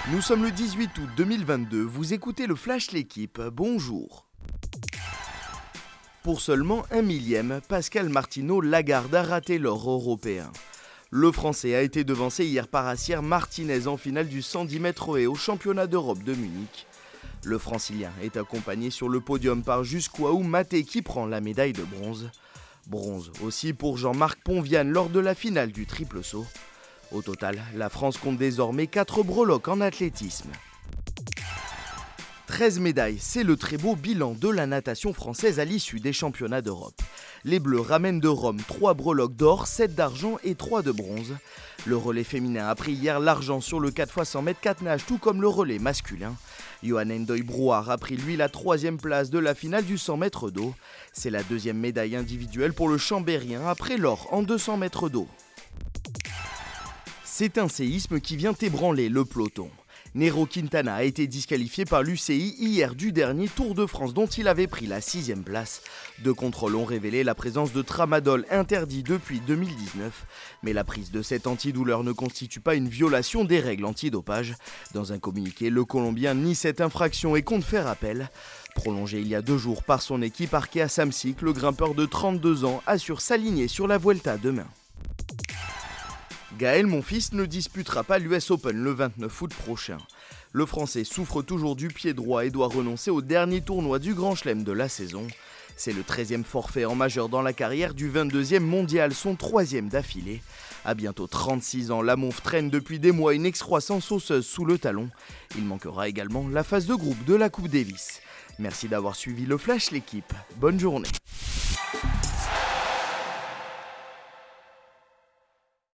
Nous sommes le 18 août 2022, vous écoutez le Flash L'équipe, bonjour. Pour seulement un millième, Pascal Martino Lagarde a raté l'or européen. Le Français a été devancé hier par Asier Martinez en finale du 110 mètres haies au championnat d'Europe de Munich. Le Francilien est accompagné sur le podium par Jusquaou Maté qui prend la médaille de bronze. Bronze aussi pour Jean-Marc Ponviane lors de la finale du triple saut. Au total, la France compte désormais 4 breloques en athlétisme. 13 médailles, c'est le très beau bilan de la natation française à l'issue des championnats d'Europe. Les Bleus ramènent de Rome 3 breloques d'or, 7 d'argent et 3 de bronze. Le relais féminin a pris hier l'argent sur le 4x100 mètres 4 nages, tout comme le relais masculin. Johan Ndoye Brouard a pris lui la 3e place de la finale du 100 mètres d'eau. C'est la 2e médaille individuelle pour le Chambérien après l'or en 200 mètres d'eau. C'est un séisme qui vient ébranler le peloton. Nairo Quintana a été disqualifié par l'UCI hier du dernier Tour de France dont il avait pris la 6e place. Deux contrôles ont révélé la présence de tramadol interdit depuis 2019. Mais la prise de cet antidouleur ne constitue pas une violation des règles antidopage. Dans un communiqué, le Colombien nie cette infraction et compte faire appel. Prolongé il y a 2 jours par son équipe Arkea Samsic, le grimpeur de 32 ans assure s'aligner sur la Vuelta demain. Gaël Monfils ne disputera pas l'US Open le 29 août prochain. Le Français souffre toujours du pied droit et doit renoncer au dernier tournoi du Grand Chelem de la saison. C'est le 13e forfait en majeur dans la carrière du 22e mondial, son 3e d'affilée. À bientôt 36 ans, la Monf traîne depuis des mois une excroissance osseuse sous le talon. Il manquera également la phase de groupe de la Coupe Davis. Merci d'avoir suivi le Flash L'équipe. Bonne journée.